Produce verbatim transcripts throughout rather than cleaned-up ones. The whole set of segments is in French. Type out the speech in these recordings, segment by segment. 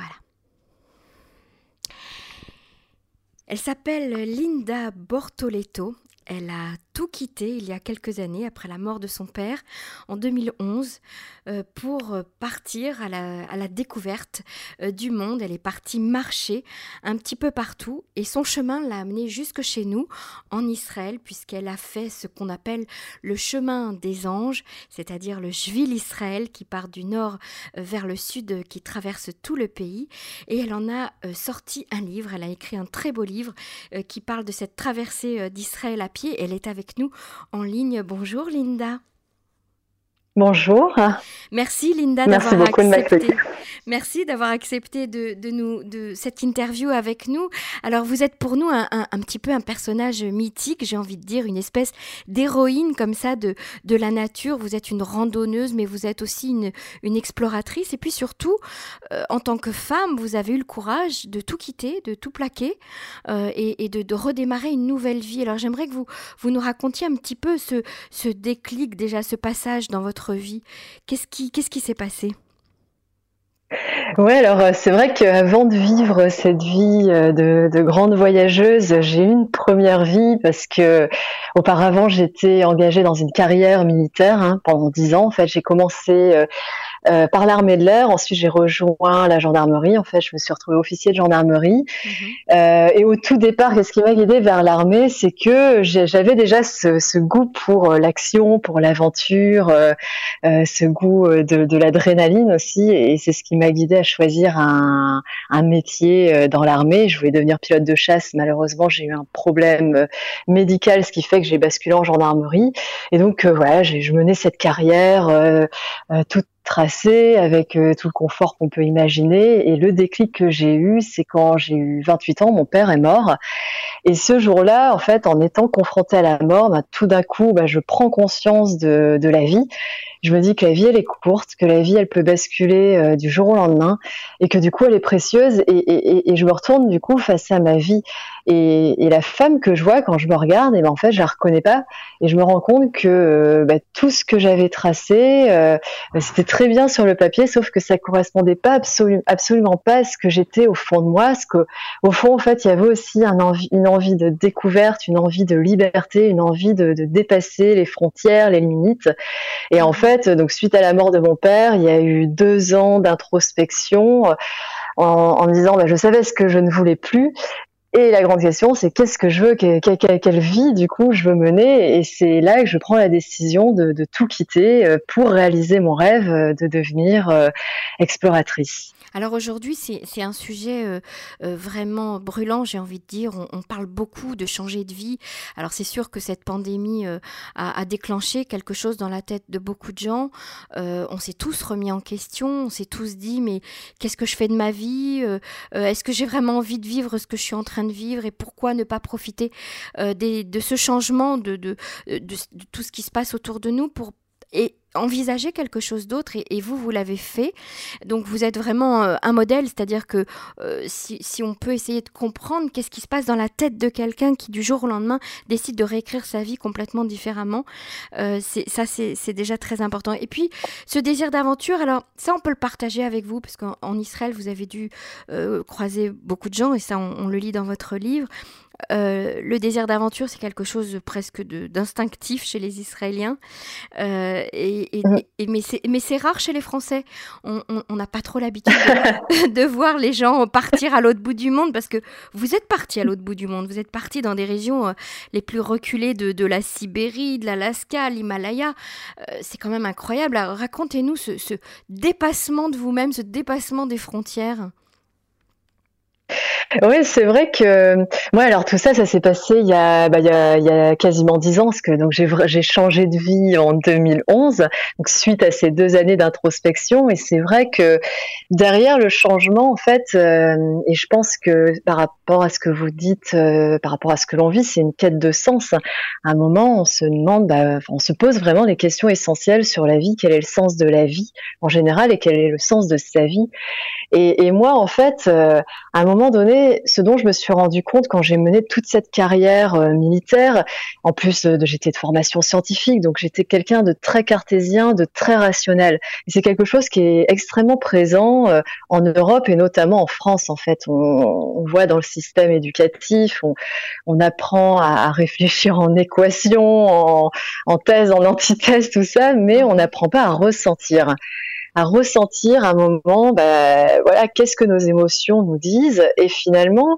Voilà. Elle s'appelle Linda Bortoleto. Elle a tout quitté il y a quelques années après la mort de son père en deux mille onze euh, pour partir à la, à la découverte euh, du monde. Elle est partie marcher un petit peu partout et son chemin l'a amenée jusque chez nous en Israël puisqu'elle a fait ce qu'on appelle le chemin des anges, c'est-à-dire le Shvil Israël qui part du nord euh, vers le sud, euh, qui traverse tout le pays, et elle en a euh, sorti un livre. Elle a écrit un très beau livre euh, qui parle de cette traversée euh, d'Israël à pied. Elle est avec nous en ligne. Bonjour Linda. Bonjour. Merci Linda Merci d'avoir beaucoup accepté. de m'accueillir. Merci d'avoir accepté de, de nous de cette interview avec nous. Alors vous êtes pour nous un, un, un petit peu un personnage mythique, j'ai envie de dire une espèce d'héroïne comme ça de, de la nature. Vous êtes une randonneuse, mais vous êtes aussi une, une exploratrice. Et puis surtout, euh, en tant que femme, vous avez eu le courage de tout quitter, de tout plaquer euh, et, et de, de redémarrer une nouvelle vie. Alors j'aimerais que vous, vous nous racontiez un petit peu ce, ce déclic, déjà ce passage dans votre vie. Qu'est-ce qui, qu'est-ce qui s'est passé ? Ouais, alors euh, c'est vrai qu'avant de vivre cette vie euh, de, de grande voyageuse, j'ai eu une première vie parce que auparavant j'étais engagée dans une carrière militaire hein, pendant dix ans. En fait, j'ai commencé euh, euh, par l'armée de l'air, ensuite j'ai rejoint la gendarmerie. En fait, je me suis retrouvée officier de gendarmerie. Mhm. Euh, et au tout départ, qu'est-ce qui m'a guidée vers l'armée, c'est que j'ai- j'avais déjà ce, ce goût pour euh, l'action, pour l'aventure, euh, euh, ce goût euh, de, de l'adrénaline aussi, et c'est ce qui m'a guidée à choisir un, un métier euh, dans l'armée. Je voulais devenir pilote de chasse, malheureusement j'ai eu un problème euh, médical, ce qui fait que j'ai basculé en gendarmerie, et donc euh, voilà, j'ai, je menais cette carrière euh, euh, toute tracée avec euh, tout le confort qu'on peut imaginer, et le déclic que j'ai eu, c'est quand j'ai eu vingt-huit ans, mon père est mort, et ce jour-là, en fait, en étant confrontée à la mort, bah, tout d'un coup, bah, je prends conscience de, de la vie. Je me dis que la vie, elle est courte, que la vie, elle peut basculer euh, du jour au lendemain, et que du coup, elle est précieuse, et, et, et je me retourne du coup face à ma vie. Et, et la femme que je vois quand je me regarde, et ben, en fait, je la reconnais pas, et je me rends compte que euh, bah, tout ce que j'avais tracé, euh, bah, c'était très bien sur le papier, sauf que ça correspondait pas absolu- absolument pas à ce que j'étais au fond de moi, ce que, au fond, en fait, il y avait aussi un envie, une envie de découverte, une envie de liberté, une envie de, de dépasser les frontières, les limites. Et en Mhm. fait, donc suite à la mort de mon père, il y a eu deux ans d'introspection euh, en, en me disant, bah, je savais ce que je ne voulais plus. Et la grande question, c'est qu'est-ce que je veux, que- que- que- quelle vie du coup je veux mener. Et c'est là que je prends la décision de, de tout quitter euh, pour réaliser mon rêve euh, de devenir euh, exploratrice. Alors aujourd'hui, c'est, c'est un sujet euh, euh, vraiment brûlant, j'ai envie de dire. On, on parle beaucoup de changer de vie. Alors c'est sûr que cette pandémie euh, a, a déclenché quelque chose dans la tête de beaucoup de gens. Euh, on s'est tous remis en question, on s'est tous dit, mais qu'est-ce que je fais de ma vie ? Euh, euh, Est-ce que j'ai vraiment envie de vivre ce que je suis en train de vivre ? Et pourquoi ne pas profiter euh, des, de ce changement, de, de, de, de tout ce qui se passe autour de nous pour et envisager quelque chose d'autre, et, et vous, vous l'avez fait. Donc vous êtes vraiment euh, un modèle, c'est-à-dire que euh, si, si on peut essayer de comprendre qu'est-ce qui se passe dans la tête de quelqu'un qui du jour au lendemain décide de réécrire sa vie complètement différemment, euh, c'est, ça c'est, c'est déjà très important. Et puis ce désir d'aventure, alors ça on peut le partager avec vous, parce qu'en en Israël vous avez dû euh, croiser beaucoup de gens, et ça on, on le lit dans votre livre. Euh, le désir d'aventure, c'est quelque chose presque de, d'instinctif chez les Israéliens. Euh, et, et, et, mais, c'est, mais c'est rare chez les Français. On n'a pas trop l'habitude de, de voir les gens partir à l'autre bout du monde, parce que vous êtes partis à l'autre bout du monde. Vous êtes partis dans des régions euh, les plus reculées de, de la Sibérie, de l'Alaska, l'Himalaya. Euh, c'est quand même incroyable. Alors, racontez-nous ce, ce dépassement de vous-même, ce dépassement des frontières. Oui, c'est vrai que moi, alors tout ça, ça s'est passé il y a, bah, il y a, il y a quasiment dix ans, parce que donc j'ai vra- j'ai changé de vie en deux mille onze, donc suite à ces deux années d'introspection. Et c'est vrai que derrière le changement, en fait, euh, et je pense que par rapport à ce que vous dites, euh, par rapport à ce que l'on vit, c'est une quête de sens. À un moment, on se demande, bah, on se pose vraiment les questions essentielles sur la vie. Quel est le sens de la vie en général, et quel est le sens de sa vie? Et, et moi, en fait, euh, à un moment donné, ce dont je me suis rendu compte quand j'ai mené toute cette carrière euh, militaire, en plus euh, de, j'étais de formation scientifique, donc j'étais quelqu'un de très cartésien, de très rationnel. Et c'est quelque chose qui est extrêmement présent euh, en Europe et notamment en France. En fait, on, on voit dans le système éducatif, on, on apprend à, à réfléchir en équation, en, en thèse, en antithèse, tout ça, mais on n'apprend pas à ressentir à ressentir un moment, bah, voilà, qu'est-ce que nos émotions nous disent, et finalement,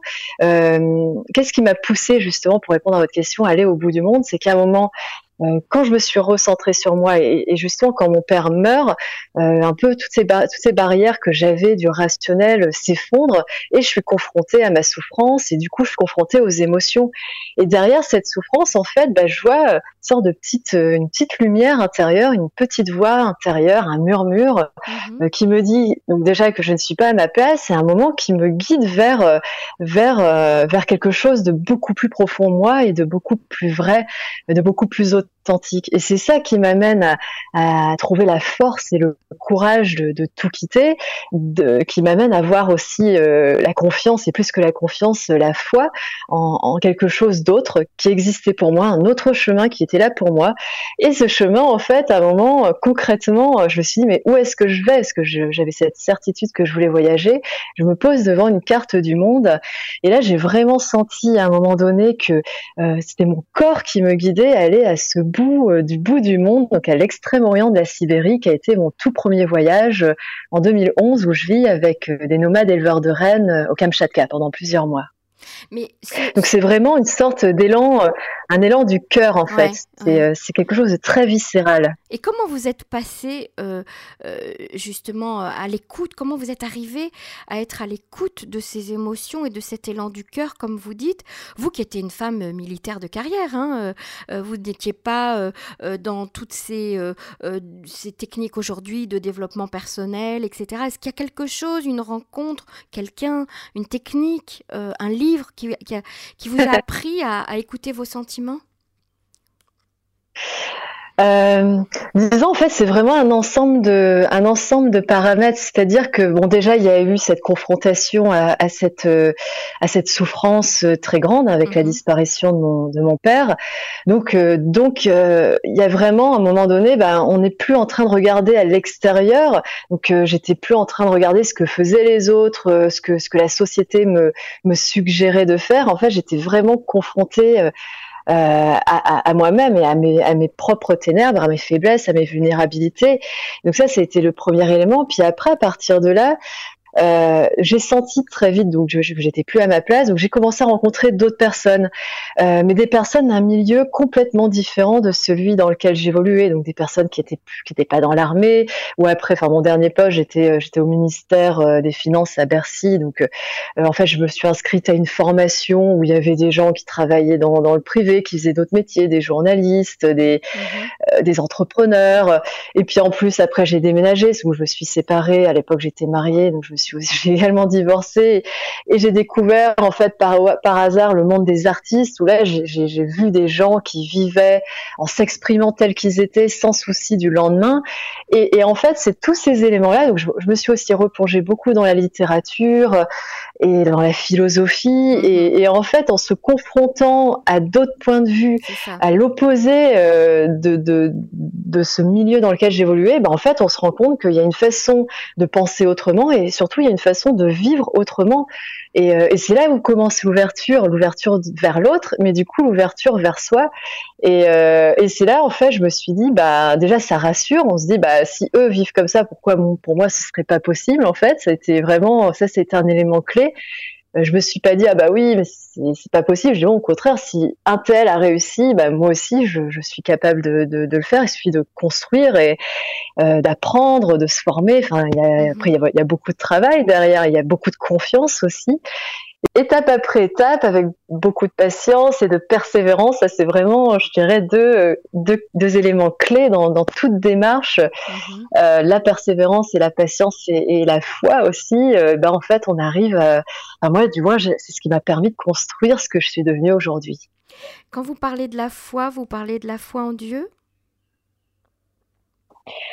euh, qu'est-ce qui m'a poussée justement pour répondre à votre question, à aller au bout du monde, c'est qu'à un moment, euh, quand je me suis recentrée sur moi, et, et justement quand mon père meurt, euh, un peu toutes ces, toutes ces barrières que j'avais du rationnel s'effondrent, et je suis confrontée à ma souffrance, et du coup je suis confrontée aux émotions. Et derrière cette souffrance, en fait, bah, je vois une sorte de petite, une petite lumière intérieure, une petite voix intérieure, un murmure Mhm. euh, qui me dit donc déjà que je ne suis pas à ma place, et un moment qui me guide vers euh, vers euh, vers quelque chose de beaucoup plus profond en moi et de beaucoup plus vrai, de beaucoup plus authentique. Et c'est ça qui m'amène à, à trouver la force et le courage de, de tout quitter, de, qui m'amène à voir aussi euh, la confiance, et plus que la confiance, la foi en, en quelque chose d'autre qui existait pour moi, un autre chemin qui était là pour moi. Et ce chemin, en fait, à un moment, euh, concrètement, euh, je me suis dit, mais où est-ce que je vais? Est-ce que je, j'avais cette certitude que je voulais voyager? Je me pose devant une carte du monde, et là, j'ai vraiment senti à un moment donné que euh, c'était mon corps qui me guidait à aller à ce bout euh, du bout du monde, donc à l'extrême orient de la Sibérie, qui a été mon tout premier voyage euh, en deux mille onze, où je vis avec euh, des nomades éleveurs de rennes euh, au Kamchatka pendant plusieurs mois. Mais ce, Donc c'est vraiment une sorte d'élan, euh, un élan du cœur en fait. ouais, C'est ouais. euh, c'est quelque chose de très viscéral. Et comment vous êtes passé euh, euh, justement à l'écoute? Comment vous êtes arrivé à être à l'écoute de ces émotions et de cet élan du cœur, comme vous dites? Vous qui étiez une femme euh, militaire de carrière, hein, euh, euh, vous n'étiez pas euh, euh, dans toutes ces, euh, euh, ces techniques aujourd'hui de développement personnel, et cetera. Est-ce qu'il y a quelque chose, une rencontre, quelqu'un, une technique, euh, un livre qui, qui, a- qui vous a appris à, à écouter vos sentiments? Euh, disons en fait c'est vraiment un ensemble de un ensemble de paramètres, c'est-à-dire que bon déjà il y a eu cette confrontation à, à cette euh, à cette souffrance euh, très grande avec la Mhm. disparition de mon de mon père. Donc euh, donc euh, il y a vraiment à un moment donné, ben on n'est plus en train de regarder à l'extérieur, donc euh, j'étais plus en train de regarder ce que faisaient les autres, euh, ce que ce que la société me me suggérait de faire. En fait j'étais vraiment confrontée euh, euh, à, à, à moi-même et à mes, à mes propres ténèbres, à mes faiblesses, à mes vulnérabilités. Donc ça, c'était le premier élément. Puis après, à partir de là, euh, j'ai senti très vite donc je, je, j'étais plus à ma place, donc j'ai commencé à rencontrer d'autres personnes, euh, mais des personnes d'un milieu complètement différent de celui dans lequel j'évoluais, donc des personnes qui étaient qui étaient pas dans l'armée ou après. Enfin, mon dernier poste, j'étais j'étais au ministère euh, des Finances à Bercy, donc euh, en fait, je me suis inscrite à une formation où il y avait des gens qui travaillaient dans dans le privé, qui faisaient d'autres métiers, des journalistes, des Mhm. euh, des entrepreneurs. Et puis en plus, après, j'ai déménagé, où je me suis séparée. À l'époque, j'étais mariée, donc je me suis aussi, j'ai également divorcé. Et j'ai découvert, en fait, par, par hasard, le monde des artistes, où là, j'ai, j'ai, j'ai vu des gens qui vivaient en s'exprimant tels qu'ils étaient, sans souci du lendemain. Et, et en fait, c'est tous ces éléments-là. Donc, je, je me suis aussi replongée beaucoup dans la littérature et dans la philosophie. Mhm. Et, et en fait, en se confrontant à d'autres points de vue, C'est ça. à l'opposé euh, de, de, de ce milieu dans lequel j'évoluais, ben en fait, on se rend compte qu'il y a une façon de penser autrement, et surtout, il y a une façon de vivre autrement. Et, euh, et c'est là où commence l'ouverture, l'ouverture vers l'autre, mais du coup, l'ouverture vers soi. Et, euh, et c'est là, en fait, je me suis dit, bah, déjà, ça rassure. On se dit, bah, si eux vivent comme ça, pourquoi bon, pour moi, ce serait pas possible, en fait. Ça a été vraiment, ça, c'était un élément clé. Euh, Je me suis pas dit, ah bah oui, mais c'est, c'est pas possible. Je dis, bon, au contraire, si un tel a réussi, bah, moi aussi, je, je suis capable de, de, de le faire. Il suffit de construire et euh, d'apprendre, de se former. Enfin, il y a, après, Mhm. il y, a, il y a beaucoup de travail derrière. Il y a beaucoup de confiance aussi, étape après étape, avec beaucoup de patience et de persévérance. Ça, c'est vraiment, je dirais, deux, deux, deux éléments clés dans, dans toute démarche. Mhm. Euh, la persévérance et la patience et, et la foi aussi. Euh, ben, en fait, on arrive à, à moi, du moins, c'est ce qui m'a permis de construire ce que je suis devenue aujourd'hui. Quand vous parlez de la foi, vous parlez de la foi en Dieu?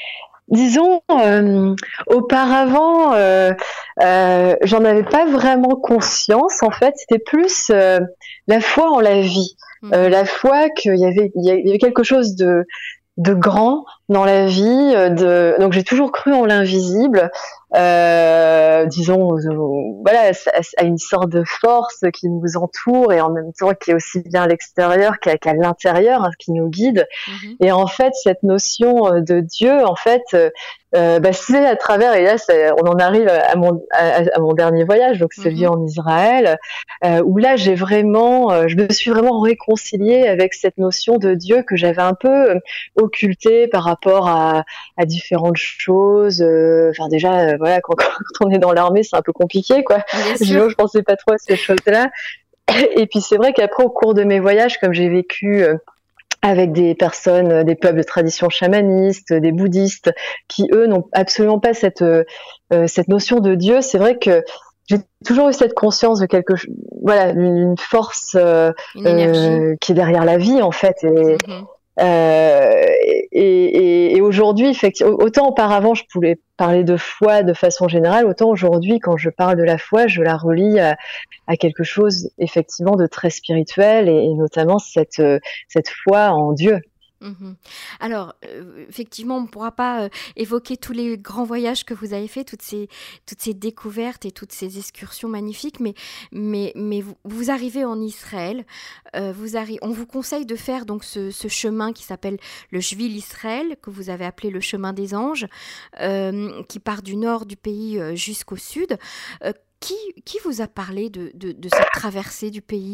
Disons, euh, auparavant, euh, euh, j'en avais pas vraiment conscience. En fait, c'était plus euh, la foi en la vie, euh, Mhm. la foi qu'il y avait, il y avait quelque chose de de grand dans la vie. De... Donc j'ai toujours cru en l'invisible, euh, disons, euh, voilà, à une sorte de force qui nous entoure et en même temps qui est aussi bien à l'extérieur qu'à, qu'à l'intérieur, hein, qui nous guide. Mhm. Et en fait, cette notion de Dieu, en fait, euh, bah, c'est à travers, et là, on en arrive à mon, à, à mon dernier voyage, donc celui Mhm. en Israël, euh, où là, j'ai vraiment, euh, je me suis vraiment réconciliée avec cette notion de Dieu que j'avais un peu occultée par rapport à, à différentes choses. Euh, enfin, déjà, euh, voilà, quand, quand on est dans l'armée, c'est un peu compliqué, quoi. Bien Je, sûr. je pensais pas trop à ces choses-là. Et puis, c'est vrai qu'après, au cours de mes voyages, comme j'ai vécu euh, avec des personnes, des peuples de tradition chamaniste, des bouddhistes, qui eux n'ont absolument pas cette euh, cette notion de Dieu. C'est vrai que j'ai toujours eu cette conscience de quelque chose, voilà, une force euh, Une énergie. euh, qui est derrière la vie en fait. Et, Mhm. euh, et, et, et aujourd'hui, effectivement, autant auparavant je pouvais parler de foi de façon générale, autant aujourd'hui, quand je parle de la foi, je la relie à, à quelque chose effectivement de très spirituel et, et notamment cette, cette foi en Dieu. Mhm. Alors, euh, effectivement, on ne pourra pas euh, évoquer tous les grands voyages que vous avez faits, toutes ces, toutes ces découvertes et toutes ces excursions magnifiques, mais, mais, mais vous, vous arrivez en Israël, euh, vous arri- on vous conseille de faire donc ce, ce chemin qui s'appelle le Shvil Israël, que vous avez appelé le chemin des anges, euh, qui part du nord du pays euh, jusqu'au sud. Euh, qui, qui vous a parlé de, de, de cette traversée du pays ?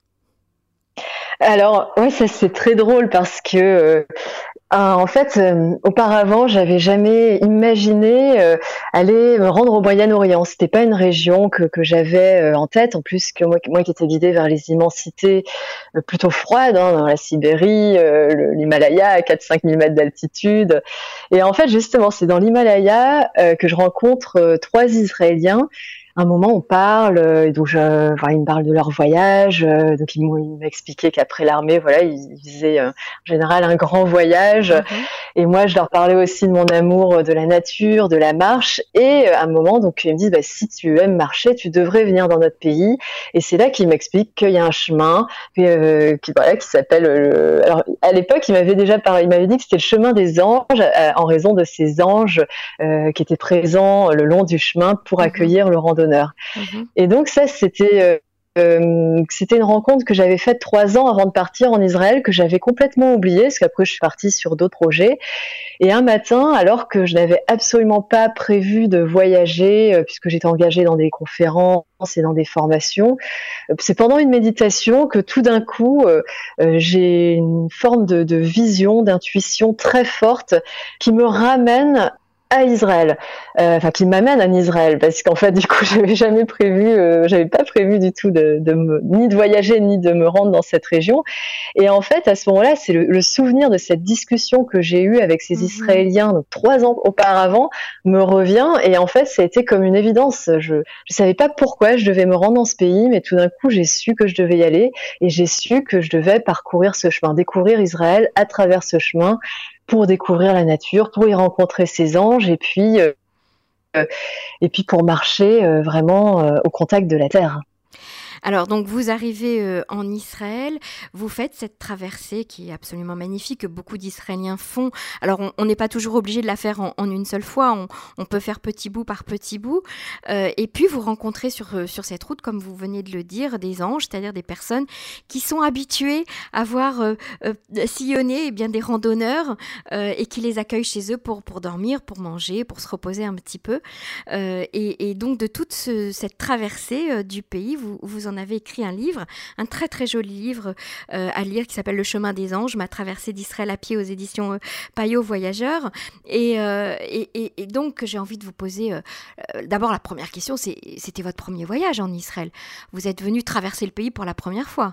Alors, ouais, ça c'est très drôle parce que, euh, en fait, euh, auparavant, j'avais jamais imaginé euh, aller me rendre au Moyen-Orient. C'était pas une région que, que j'avais euh, en tête. En plus, que moi, moi qui étais guidée vers les immensités euh, plutôt froides, hein, dans la Sibérie, euh, le- l'Himalaya à quatre à cinq mille mètres d'altitude. Et en fait, justement, c'est dans l'Himalaya euh, que je rencontre euh, trois Israéliens. À un moment, on parle, euh, donc je, enfin, ils me parlent de leur voyage. Euh, donc ils m'ont ils m'ont expliqué qu'après l'armée, voilà, ils, ils faisaient euh, en général un grand voyage. Mhm. Et moi, je leur parlais aussi de mon amour de la nature, de la marche. Et à un moment, donc ils me disent, bah, si tu aimes marcher, tu devrais venir dans notre pays. Et c'est là qu'ils m'expliquent qu'il y a un chemin euh, qui, voilà, qui s'appelle. Euh, alors à l'époque, ils m'avaient déjà parlé, ils m'avaient dit que c'était le chemin des anges euh, en raison de ces anges euh, qui étaient présents le long du chemin pour Mhm. accueillir le randonneur. Mhm. Et donc ça, c'était euh, euh, c'était une rencontre que j'avais faite trois ans avant de partir en Israël, que j'avais complètement oubliée, parce qu'après je suis partie sur d'autres projets. Et un matin, alors que je n'avais absolument pas prévu de voyager, euh, puisque j'étais engagée dans des conférences et dans des formations, euh, c'est pendant une méditation que tout d'un coup, euh, euh, j'ai une forme de, de vision, d'intuition très forte qui me ramène à Israël, euh, enfin qui m'amène en Israël, parce qu'en fait du coup j'avais jamais prévu, euh, j'avais pas prévu du tout de, de me, ni de voyager ni de me rendre dans cette région. Et en fait à ce moment-là, c'est le, le souvenir de cette discussion que j'ai eue avec ces Mhm. Israéliens donc trois ans auparavant me revient et en fait ça a été comme une évidence. Je je savais pas pourquoi je devais me rendre dans ce pays, mais tout d'un coup j'ai su que je devais y aller et j'ai su que je devais parcourir ce chemin, découvrir Israël à travers ce chemin pour découvrir la nature, pour y rencontrer ces anges et puis euh, et puis pour marcher euh, vraiment euh, au contact de la terre. Alors, donc, vous arrivez euh, en Israël, vous faites cette traversée qui est absolument magnifique, que beaucoup d'Israéliens font. Alors, on n'est pas toujours obligé de la faire en, en une seule fois, on, on peut faire petit bout par petit bout. Euh, et puis, vous rencontrez sur, euh, sur cette route, comme vous venez de le dire, des anges, c'est-à-dire des personnes qui sont habituées à voir euh, euh, sillonner eh bien, des randonneurs euh, et qui les accueillent chez eux pour, pour dormir, pour manger, pour se reposer un petit peu. Euh, et, et donc, de toute ce, cette traversée euh, du pays, vous, vous en avez écrit un livre, un très très joli livre euh, à lire qui s'appelle Le chemin des anges, ma traversée d'Israël à pied aux éditions euh, Payot Voyageurs. Et, euh, et, et, et donc j'ai envie de vous poser euh, euh, d'abord la première question, c'est, c'était votre premier voyage en Israël. Vous êtes venu traverser le pays pour la première fois.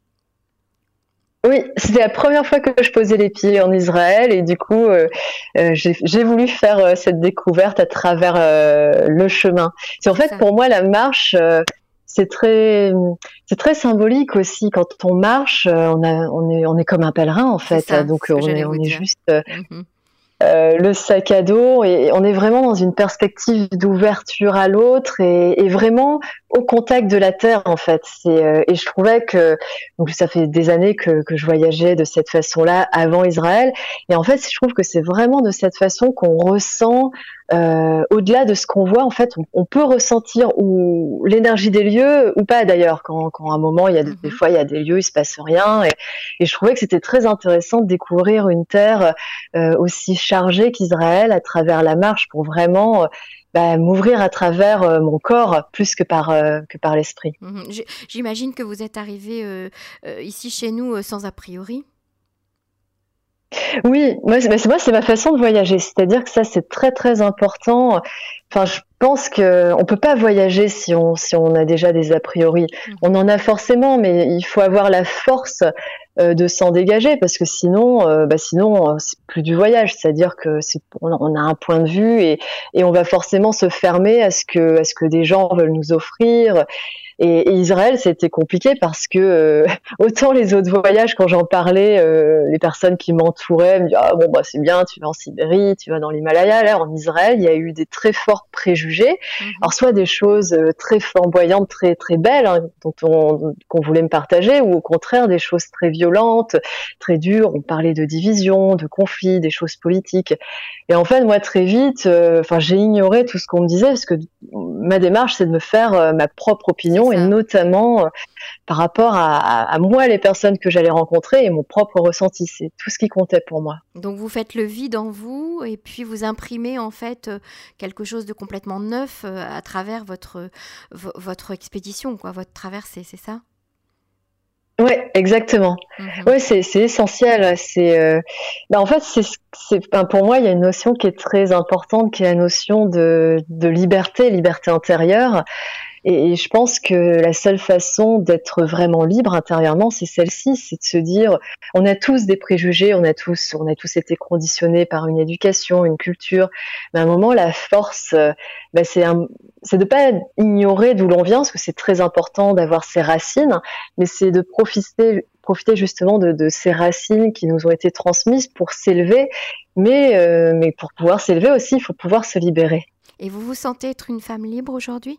Oui, c'était la première fois que je posais les pieds en Israël et du coup, euh, euh, j'ai, j'ai voulu faire euh, cette découverte à travers euh, le chemin. C'est en C'est fait ça. pour moi la marche, euh, c'est très, c'est très symbolique aussi. Quand on marche, euh, on a, on est, on est comme un pèlerin en C'est fait. ça, Donc ce que on j'allais est, vous on est dire. juste, euh, Mhm. euh, le sac à dos, et on est vraiment dans une perspective d'ouverture à l'autre et, et vraiment au contact de la terre en fait. C'est, euh, et je trouvais que donc ça fait des années que, que je voyageais de cette façon-là avant Israël, et en fait je trouve que c'est vraiment de cette façon qu'on ressent euh, au-delà de ce qu'on voit. En fait, on, on peut ressentir ou l'énergie des lieux ou pas d'ailleurs. Quand, quand à un moment il y a des, Mhm. des fois il y a des lieux il se passe rien, et, et je trouvais que c'était très intéressant de découvrir une terre euh, aussi chargée qu'Israël à travers la marche pour vraiment euh, bah, m'ouvrir à travers euh, mon corps plus que par, euh, que par l'esprit. Mhm. J'imagine que vous êtes arrivé euh, euh, ici chez nous euh, sans a priori. Oui, moi, c'est moi, c'est ma façon de voyager. C'est-à-dire que ça, c'est très très important. Enfin, je pense que on peut pas voyager si on si on a déjà des a priori. Mhm. On en a forcément, mais il faut avoir la force euh, de s'en dégager, parce que sinon, euh, bah sinon, euh, c'est plus du voyage. C'est-à-dire que c'est on a, on a un point de vue, et et on va forcément se fermer à ce que à ce que des gens veulent nous offrir. Et, et Israël, c'était compliqué parce que euh, autant les autres voyages, quand j'en parlais, euh, les personnes qui m'entouraient me disaient ah bon bah c'est bien, tu vas en Sibérie, tu vas dans l'Himalaya. Là, en Israël, il y a eu des très forts préjugés. Mhm. Alors soit des choses euh, très flamboyantes, très très belles, hein, dont on qu'on voulait me partager, ou au contraire des choses très violentes, très dures. On parlait de division, de conflits, des choses politiques. Et en fait, moi, très vite, euh, enfin, j'ai ignoré tout ce qu'on me disait, parce que ma démarche, c'est de me faire euh, ma propre opinion, et notamment euh, par rapport à, à, à moi, les personnes que j'allais rencontrer, et mon propre ressenti. C'est tout ce qui comptait pour moi. Donc vous faites le vide en vous, et puis vous imprimez en fait euh, quelque chose de complètement neuf euh, à travers votre, v- votre expédition, quoi, votre traversée, c'est ça? Ouais, exactement. Mhm. Ouais, c'est c'est essentiel. C'est euh... bah, en fait c'est c'est enfin, pour moi il y a une notion qui est très importante, qui est la notion de de liberté, liberté intérieure. Et, et je pense que la seule façon d'être vraiment libre intérieurement, c'est celle-ci, c'est de se dire, on a tous des préjugés, on a tous, on a tous été conditionnés par une éducation, une culture. Mais à un moment, la force, euh, bah, c'est un, c'est de pas ignorer d'où l'on vient, parce que c'est très important d'avoir ses racines, mais c'est de profiter, profiter justement de, de ces racines qui nous ont été transmises pour s'élever. Mais, euh, mais pour pouvoir s'élever aussi, il faut pouvoir se libérer. Et vous vous sentez être une femme libre aujourd'hui?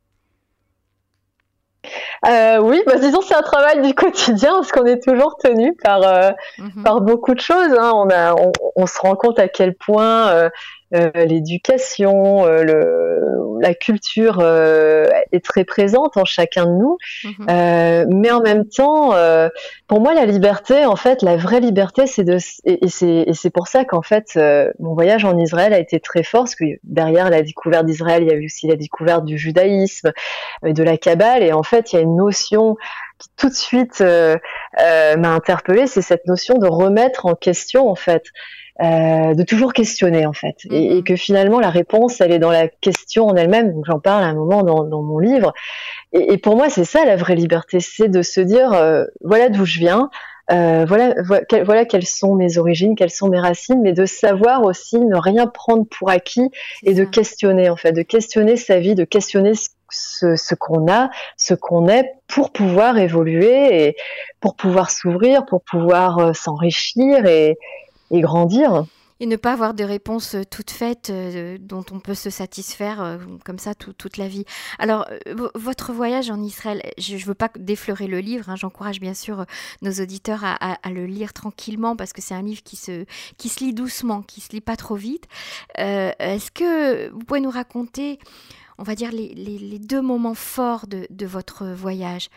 Euh, oui, bah, disons c'est un travail du quotidien, parce qu'on est toujours tenu par euh, Mhm. par beaucoup de choses. Hein. On a, on, on se rend compte à quel point euh, euh, l'éducation, euh, le, la culture euh, est très présente en chacun de nous. Mhm. Euh, mais en même temps, euh, pour moi, la liberté, en fait, la vraie liberté, c'est de, et, et c'est et c'est pour ça qu'en fait, euh, mon voyage en Israël a été très fort, parce que derrière la découverte d'Israël, il y a eu aussi la découverte du judaïsme, de la Kabbale, et en fait il y a une notion qui tout de suite euh, euh, m'a interpellée, c'est cette notion de remettre en question en fait, euh, de toujours questionner en fait, Mhm. et, et que finalement la réponse elle est dans la question en elle-même. Donc j'en parle à un moment dans, dans mon livre, et, et pour moi c'est ça la vraie liberté, c'est de se dire euh, voilà d'où je viens. Euh, voilà, voilà, voilà quelles sont mes origines, quelles sont mes racines, mais de savoir aussi ne rien prendre pour acquis, et de questionner en fait, de questionner sa vie, de questionner ce, ce, ce qu'on a, ce qu'on est, pour pouvoir évoluer, et pour pouvoir s'ouvrir, pour pouvoir euh, s'enrichir et, et grandir. Et ne pas avoir de réponse euh, toute faite euh, dont on peut se satisfaire euh, comme ça tout, toute la vie. Alors, euh, votre voyage en Israël, je ne veux pas défleurer le livre, hein, j'encourage bien sûr euh, nos auditeurs à, à, à le lire tranquillement, parce que c'est un livre qui se, qui se lit doucement, qui ne se lit pas trop vite. Euh, est-ce que vous pouvez nous raconter, on va dire, les, les, les deux moments forts de, de votre voyage?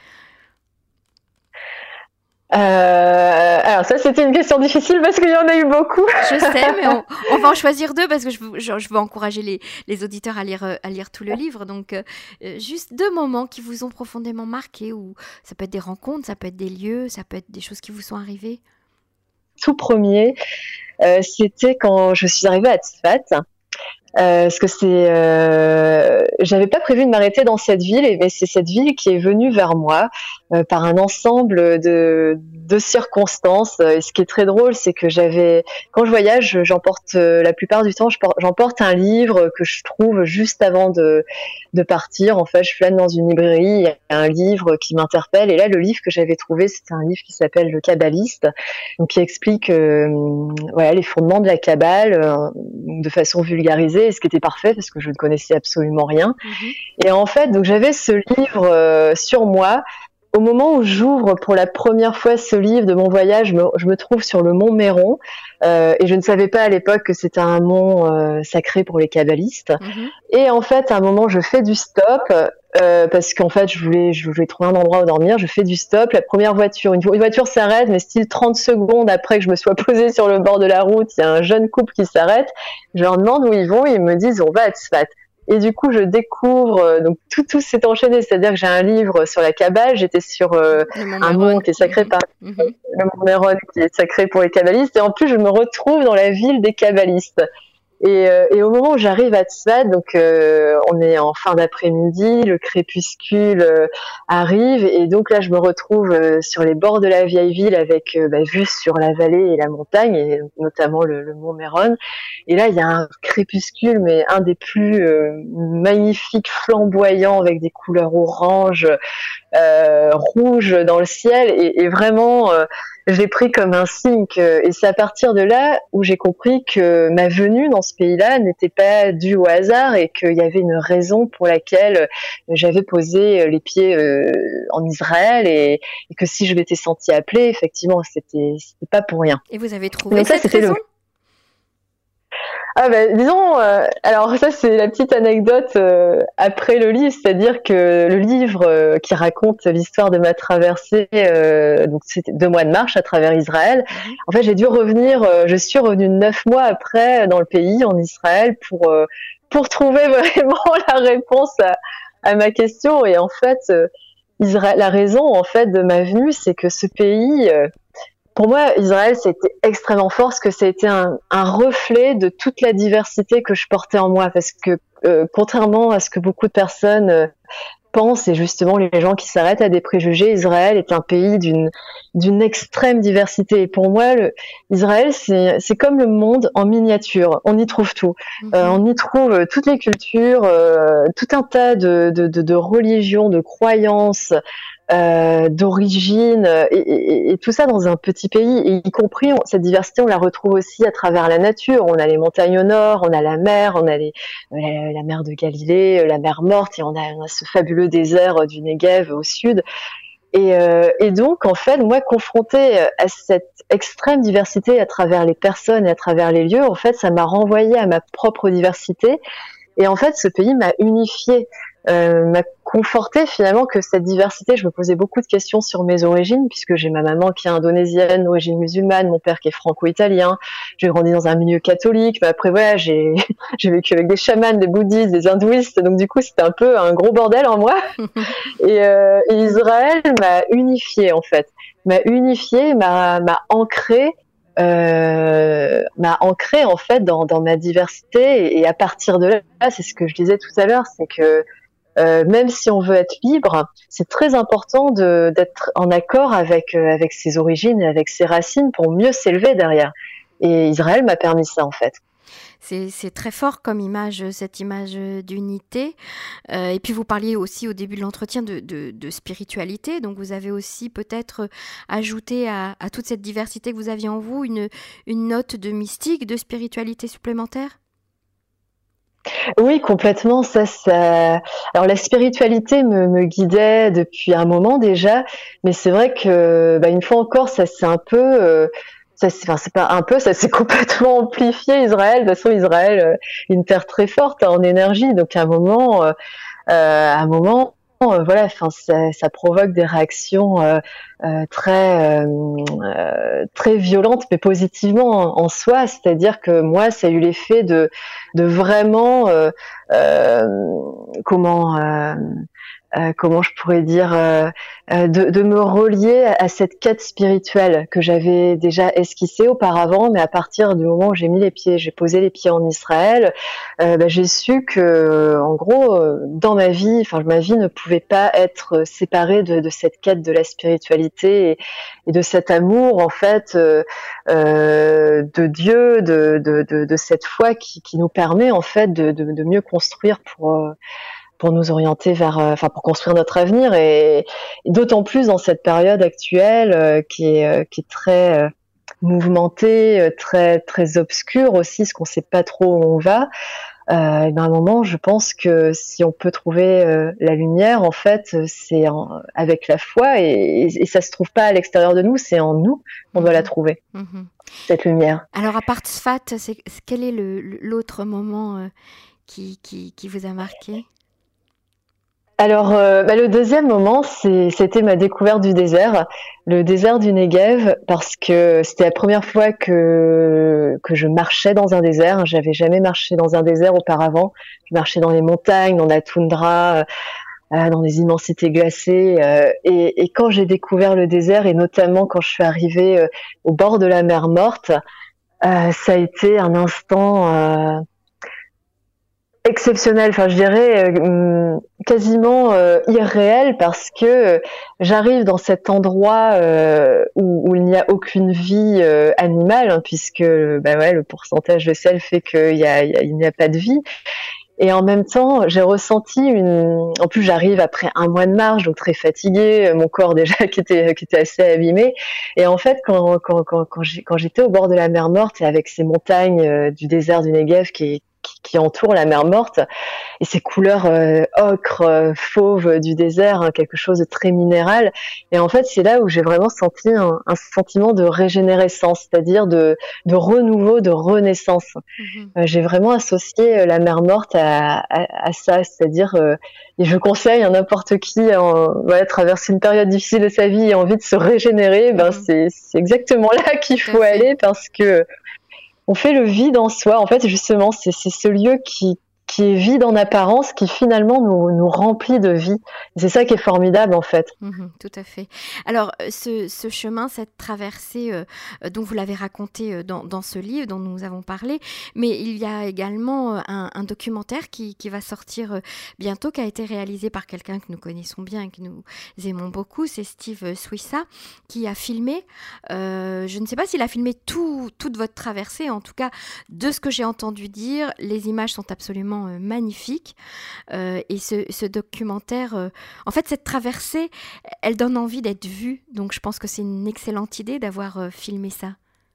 Euh, alors ça c'était une question difficile, parce qu'il y en a eu beaucoup. Je sais, mais on, on va en choisir deux, parce que je, je, je veux encourager les, les auditeurs à lire, à lire tout le livre. Donc euh, juste deux moments qui vous ont profondément marqué, ou ça peut être des rencontres, ça peut être des lieux, ça peut être des choses qui vous sont arrivées. Tout premier, euh, c'était quand je suis arrivée à Tzfat. Euh, parce que c'est, euh, j'avais pas prévu de m'arrêter dans cette ville, mais c'est cette ville qui est venue vers moi euh, par un ensemble de, de circonstances. Et ce qui est très drôle, c'est que j'avais, quand je voyage, j'emporte euh, la plupart du temps, je porte, j'emporte un livre que je trouve juste avant de, de partir. En fait, je flâne dans une librairie, il y a un livre qui m'interpelle, et là, le livre que j'avais trouvé, c'était un livre qui s'appelle Le Kabbaliste, donc qui explique, euh, voilà, les fondements de la Kabbale euh, de façon vulgarisée. Ce qui était parfait parce que je ne connaissais absolument rien. Mmh. Et en fait, donc j'avais ce livre euh, sur moi. Au moment où j'ouvre pour la première fois ce livre de mon voyage, je me, je me trouve sur le mont Méron euh, et je ne savais pas à l'époque que c'était un mont euh, sacré pour les kabbalistes. Mmh. Et en fait, à un moment, je fais du stop euh, parce qu'en fait, je voulais, je voulais trouver un endroit où dormir. Je fais du stop. La première voiture, une, une voiture s'arrête, mais style trente secondes après que je me sois posée sur le bord de la route, il y a un jeune couple qui s'arrête. Je leur demande où ils vont et ils me disent on va à Tzfat. Et du coup, je découvre, euh, donc tout, tout s'est enchaîné, c'est-à-dire que j'ai un livre sur la Kabbale, j'étais sur euh, un mont qui est sacré par mmh. le mont Méron, qui est sacré pour les kabbalistes, et en plus, je me retrouve dans la ville des kabbalistes. Et, euh, et au moment où j'arrive à Tzfat, donc euh, on est en fin d'après-midi, le crépuscule euh, arrive, et donc là je me retrouve euh, sur les bords de la vieille ville avec euh, bah, vue sur la vallée et la montagne, et notamment le, le mont Méron. Et là il y a un crépuscule, mais un des plus euh, magnifiques, flamboyants, avec des couleurs orange, euh, rouge dans le ciel, et, et vraiment euh, je l'ai pris comme un signe que, et c'est à partir de là où j'ai compris que ma venue dans ce pays-là n'était pas due au hasard et qu'il y avait une raison pour laquelle j'avais posé les pieds euh, en Israël, et, et que si je m'étais sentie appelée, effectivement, c'était, c'était pas pour rien. Et vous avez trouvé donc ça, cette raison le... Ah ben, disons, euh, alors ça c'est la petite anecdote euh, après le livre, c'est-à-dire que le livre euh, qui raconte l'histoire de ma traversée, euh, donc c'était deux mois de marche à travers Israël. Mmh. En fait, j'ai dû revenir, euh, je suis revenue neuf mois après dans le pays, en Israël, pour euh, pour trouver vraiment la réponse à, à ma question. Et en fait, euh, Israël, la raison en fait de ma venue, c'est que ce pays euh, pour moi, Israël, c'était extrêmement fort parce que ça a été un, un reflet de toute la diversité que je portais en moi. Parce que, euh, contrairement à ce que beaucoup de personnes euh, pensent, et justement les gens qui s'arrêtent à des préjugés, Israël est un pays d'une d'une extrême diversité. Et pour moi, le, Israël, c'est c'est comme le monde en miniature. On y trouve tout. Mm-hmm. Euh, on y trouve toutes les cultures, euh, tout un tas de de, de, de religions, de croyances. Euh, d'origine et, et, et tout ça dans un petit pays, et y compris on, cette diversité on la retrouve aussi à travers la nature. On a les montagnes au nord, on a la mer, on a les, la, la mer de Galilée, la mer Morte, et on a, on a ce fabuleux désert du Negev au sud. Et, euh, et donc en fait moi, confrontée à cette extrême diversité à travers les personnes et à travers les lieux, en fait ça m'a renvoyée à ma propre diversité. Et en fait, ce pays m'a unifiée, euh, m'a conforté finalement que cette diversité. Je me posais beaucoup de questions sur mes origines, puisque j'ai ma maman qui est indonésienne, d'origine musulmane, mon père qui est franco-italien. J'ai grandi dans un milieu catholique, mais après voilà, j'ai j'ai vécu avec des chamans, des bouddhistes, des hindouistes. Donc du coup, c'était un peu un gros bordel en moi. et, euh, et Israël m'a unifiée en fait, m'a unifiée, m'a m'a ancrée. Euh, m'a ancré en fait dans, dans ma diversité, et, et à partir de là, c'est ce que je disais tout à l'heure, c'est que euh, même si on veut être libre, c'est très important de, d'être en accord avec euh, avec ses origines et avec ses racines pour mieux s'élever derrière. Et Israël m'a permis ça en fait. C'est, c'est très fort comme image, cette image d'unité. Euh, et puis vous parliez aussi au début de l'entretien de, de, de spiritualité. Donc vous avez aussi peut-être ajouté à, à toute cette diversité que vous aviez en vous une, une note de mystique, de spiritualité supplémentaire ? Oui, complètement. Ça, ça... Alors la spiritualité me, me guidait depuis un moment déjà, mais c'est vrai que, bah, une fois encore, ça c'est un peu... Euh... Ça, c'est, enfin, c'est pas un peu, ça s'est complètement amplifié, Israël. De toute façon, Israël, euh, une terre très forte en énergie. Donc, à un moment, euh, à un moment, euh, voilà, enfin, ça, ça provoque des réactions euh, euh, très, euh, très violentes, mais positivement en, en soi. C'est-à-dire que moi, ça a eu l'effet de, de vraiment, euh, euh, comment. Euh, euh, comment je pourrais dire, euh, euh, de, de me relier à, à cette quête spirituelle que j'avais déjà esquissée auparavant, mais à partir du moment où j'ai mis les pieds, j'ai posé les pieds en Israël, euh, bah, j'ai su que, en gros, euh, dans ma vie, enfin, ma vie ne pouvait pas être séparée de, de cette quête de la spiritualité et, et de cet amour, en fait, euh, euh, de Dieu, de, de, de, de cette foi qui, qui nous permet, en fait, de, de, de mieux construire pour euh, pour nous orienter vers, euh, enfin pour construire notre avenir et, et d'autant plus dans cette période actuelle euh, qui est euh, qui est très euh, mouvementée, euh, très très obscure aussi, parce qu'on sait pas trop où on va. Euh, et ben, à un moment, je pense que si on peut trouver euh, la lumière, en fait, c'est en, avec la foi et, et, et ça se trouve pas à l'extérieur de nous, c'est en nous qu'on Mmh doit la mh. trouver, Mmh. cette lumière. Alors à part Tzfat, c'est quel est le l'autre moment, heu, qui qui qui vous a marqué? Alors, euh, bah, le deuxième moment, c'est, c'était ma découverte du désert, le désert du Negev, parce que c'était la première fois que que je marchais dans un désert. J'avais jamais marché dans un désert auparavant. Je marchais dans les montagnes, dans la toundra, euh, dans des immensités glacées. Euh, et, et quand j'ai découvert le désert, et notamment quand je suis arrivée euh, au bord de la mer Morte, euh, ça a été un instant euh, exceptionnel, enfin je dirais euh, quasiment euh, irréel, parce que euh, j'arrive dans cet endroit euh, où, où il n'y a aucune vie euh, animale, hein, puisque bah ouais, le pourcentage de sel fait qu'il y a, il y a, il n'y a pas de vie. Et en même temps, j'ai ressenti une. En plus, j'arrive après un mois de marche, donc très fatiguée, mon corps déjà qui était qui était assez abîmé. Et en fait, quand quand quand quand, j'ai, quand j'étais au bord de la mer Morte et avec ces montagnes euh, du désert du Negev qui qui, qui entourent la mer Morte, et ces couleurs euh, ocre, euh, fauve du désert, hein, quelque chose de très minéral. Et en fait, c'est là où j'ai vraiment senti un, un sentiment de régénérescence, c'est-à-dire de, de renouveau, de renaissance. Mmh. Euh, j'ai vraiment associé euh, la mer Morte à, à, à ça, c'est-à-dire, euh, et je conseille à n'importe qui en voilà, traverser une période difficile de sa vie et envie de se régénérer, ben Mmh. c'est, c'est exactement là qu'il Tout à faut fait. aller, parce que on fait le vide en soi. En fait, justement, c'est, c'est ce lieu qui, qui est vide en apparence, qui finalement nous, nous remplit de vie. Et c'est ça qui est formidable, en fait. Mmh. Tout à fait. Alors, heu, ce ce chemin, cette traversée, heu heu, dont vous l'avez raconté, heu, dans dans ce livre dont nous avons parlé, mais il y a également, heu, un un documentaire qui qui va sortir, heu, bientôt, qui a été réalisé par quelqu'un que nous connaissons bien et que nous aimons beaucoup, c'est Steve Swissa qui a filmé, heu, je ne sais pas s'il a filmé tout toute votre traversée, en tout cas, de ce que j'ai entendu dire, les images sont absolument, heu, magnifiques, heu et ce ce documentaire, heu, en fait, cette traversée, elle donne envie d'être vue, donc je pense que c'est une excellente idée d'avoir euh, filmé ça.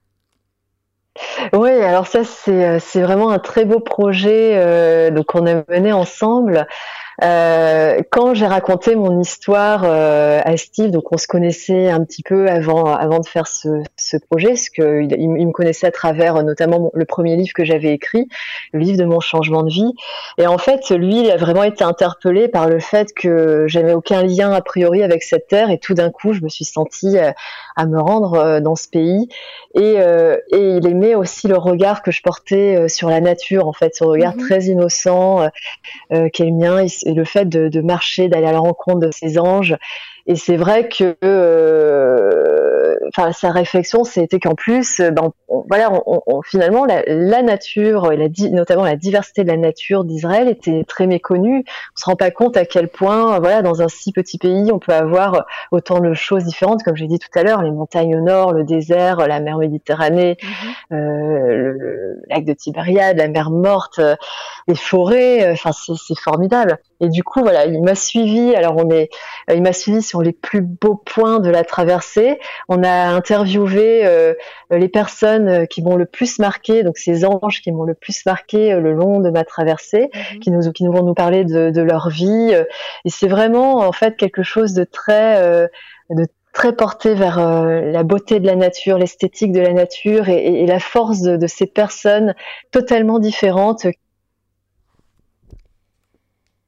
Oui, alors ça, c'est, euh, c'est vraiment un très beau projet euh, donc on a mené ensemble. Euh, quand j'ai raconté mon histoire euh, à Steve, donc on se connaissait un petit peu avant, avant de faire ce, ce projet, parce que il, il me connaissait à travers euh, notamment mon, le premier livre que j'avais écrit, le livre de mon changement de vie. Et en fait, lui, il a vraiment été interpellé par le fait que j'avais aucun lien a priori avec cette terre, et tout d'un coup, je me suis sentie euh, à me rendre euh, dans ce pays. Et, euh, et il aimait aussi le regard que je portais euh, sur la nature, en fait, ce regard Mhm. très innocent. Euh, euh, qui est le mien, et le fait de, de marcher, d'aller à la rencontre de ces anges. Et c'est vrai que, euh, enfin, sa réflexion, c'était qu'en plus, ben, on, voilà, on, on, finalement, la, la nature, et la, notamment la diversité de la nature d'Israël était très méconnue. On se rend pas compte à quel point, voilà, dans un si petit pays, on peut avoir autant de choses différentes, comme j'ai dit tout à l'heure, les montagnes au nord, le désert, la mer Méditerranée, mmh. euh, le, le lac de Tibériade, la mer Morte, euh, les forêts, enfin, c'est, c'est formidable. Et du coup, voilà, il m'a suivi. Alors, on est, il m'a suivi sur les plus beaux points de la traversée. On a interviewé euh, les personnes qui m'ont le plus marqué, donc ces anges qui m'ont le plus marqué euh, le long de ma traversée, mmh. qui nous, qui nous vont nous parler de, de leur vie. Et c'est vraiment, en fait, quelque chose de très, euh, de très porté vers euh, la beauté de la nature, l'esthétique de la nature, et, et, et la force de, de ces personnes totalement différentes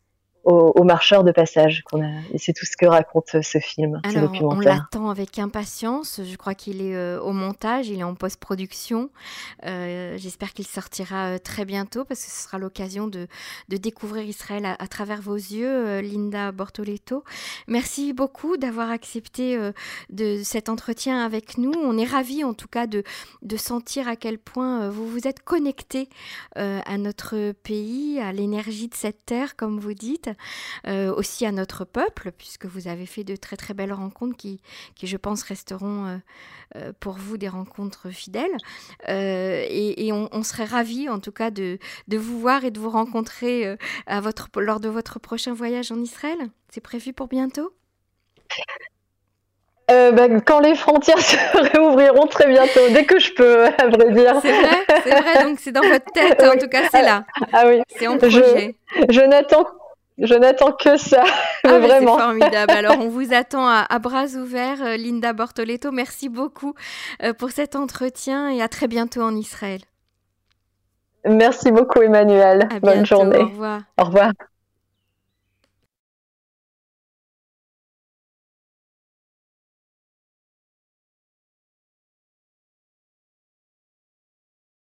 aux, aux marcheurs de passage qu'on a. Et c'est tout ce que raconte ce film, ce Alors, on documentaire. l'attend avec impatience. Je crois qu'il est euh, au montage, il est en post-production. Euh, j'espère qu'il sortira euh, très bientôt parce que ce sera l'occasion de, de découvrir Israël à, à travers vos yeux, euh, Linda Bortoleto. Merci beaucoup d'avoir accepté euh, de cet entretien avec nous. On est ravis en tout cas de, de sentir à quel point euh, vous vous êtes connectés euh, à notre pays, à l'énergie de cette terre, comme vous dites, euh, aussi à notre peuple, puisque vous avez fait de très très belles rencontres qui, qui je pense, resteront euh, euh, pour vous des rencontres fidèles. Euh, et et on, on serait ravis, en tout cas, de, de vous voir et de vous rencontrer euh, à votre, lors de votre prochain voyage en Israël. C'est prévu pour bientôt? Euh, bah, quand les frontières se réouvriront très bientôt, dès que je peux, à vrai dire. C'est vrai, c'est vrai, donc c'est dans votre tête, en Oui. tout cas, c'est là. Ah oui, C'est en projet. je, je n'attends je n'attends que ça, Ah, mais mais c'est vraiment. formidable. Alors, on vous attend à, à bras ouverts, euh, Linda Bortoleto. Merci beaucoup euh, pour cet entretien et à très bientôt en Israël. Merci beaucoup, Emmanuel. À Bonne bientôt, au journée. revoir. Au revoir.